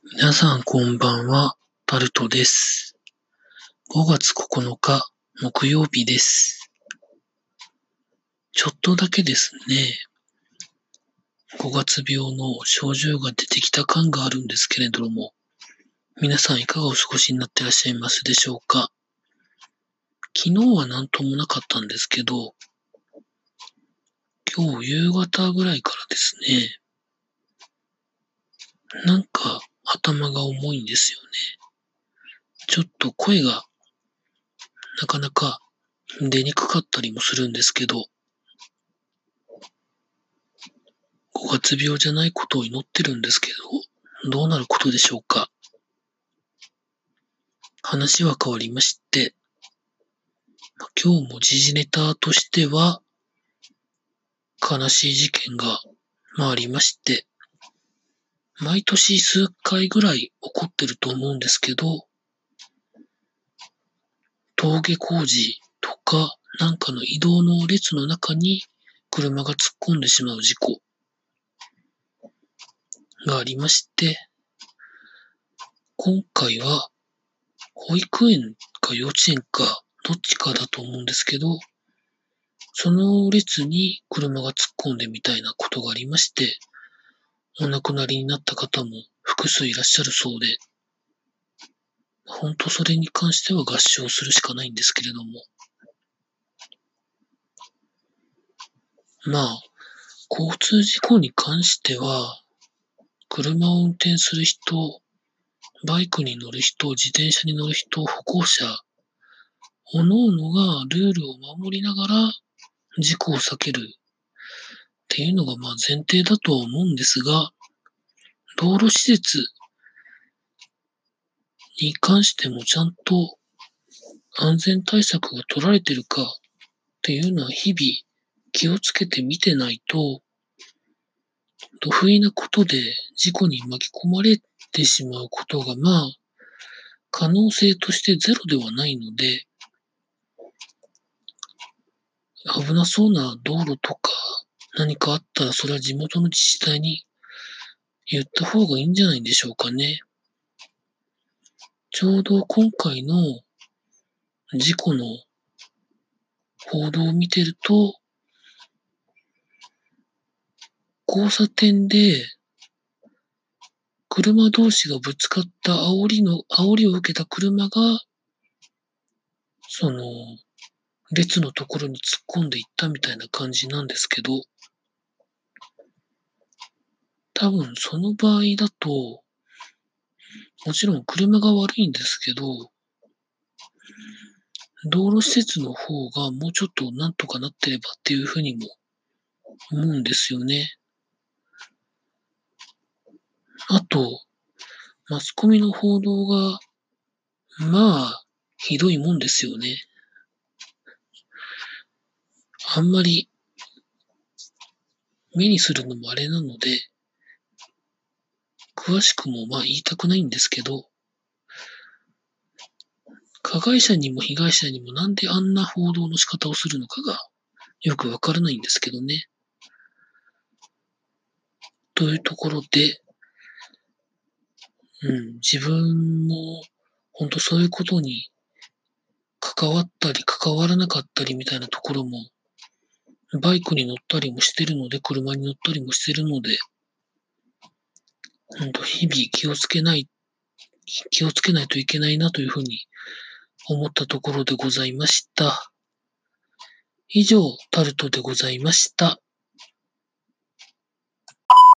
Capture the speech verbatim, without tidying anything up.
皆さんこんばんは、タルトです。ごがつここのか木曜日です。ちょっとだけですね、ごがつ病の症状が出てきた感があるんですけれども、皆さんいかがお過ごしになっていらっしゃいますでしょうか。昨日は何ともなかったんですけど、今日夕方ぐらいからですね、なんか頭が重いんですよね。ちょっと声がなかなか出にくかったりもするんですけど、ごがつ病じゃないことを祈ってるんですけど、どうなることでしょうか。話は変わりまして、今日も時事ネタとしては、悲しい事件が、まあ、ありまして、毎年数回ぐらい起こってると思うんですけど、峠工事とかなんかの移動の列の中に車が突っ込んでしまう事故がありまして、今回は保育園か幼稚園かどっちかだと思うんですけど、その列に車が突っ込んでみたいなことがありまして、お亡くなりになった方も複数いらっしゃるそうで、本当それに関しては合唱するしかないんですけれども。まあ、交通事故に関しては、車を運転する人、バイクに乗る人、自転車に乗る人、歩行者、各々がルールを守りながら事故を避けるっていうのがまあ前提だとは思うんですが、道路施設に関してもちゃんと安全対策が取られてるかっていうのは日々気をつけて見てないと、不不意なことで事故に巻き込まれてしまうことがまあ可能性としてゼロではないので、危なそうな道路とか何かあったらそれは地元の自治体に言った方がいいんじゃないんでしょうかね。ちょうど今回の事故の報道を見てると、交差点で車同士がぶつかった煽りの、煽りを受けた車が、その、列のところに突っ込んでいったみたいな感じなんですけど、多分その場合だと、もちろん車が悪いんですけど、道路施設の方がもうちょっとなんとかなってればっていうふうにも思うんですよね。あと、マスコミの報道が、まあ、ひどいもんですよね。あんまり目にするのもあれなので、詳しくもまあ言いたくないんですけど、加害者にも被害者にもなんであんな報道の仕方をするのかがよくわからないんですけどね。というところで、うん、自分も本当そういうことに関わったり関わらなかったりみたいなところも、バイクに乗ったりもしてるので、車に乗ったりもしてるので、本当日々気をつけない、気をつけないといけないなというふうに思ったところでございました。以上、タルトでございました。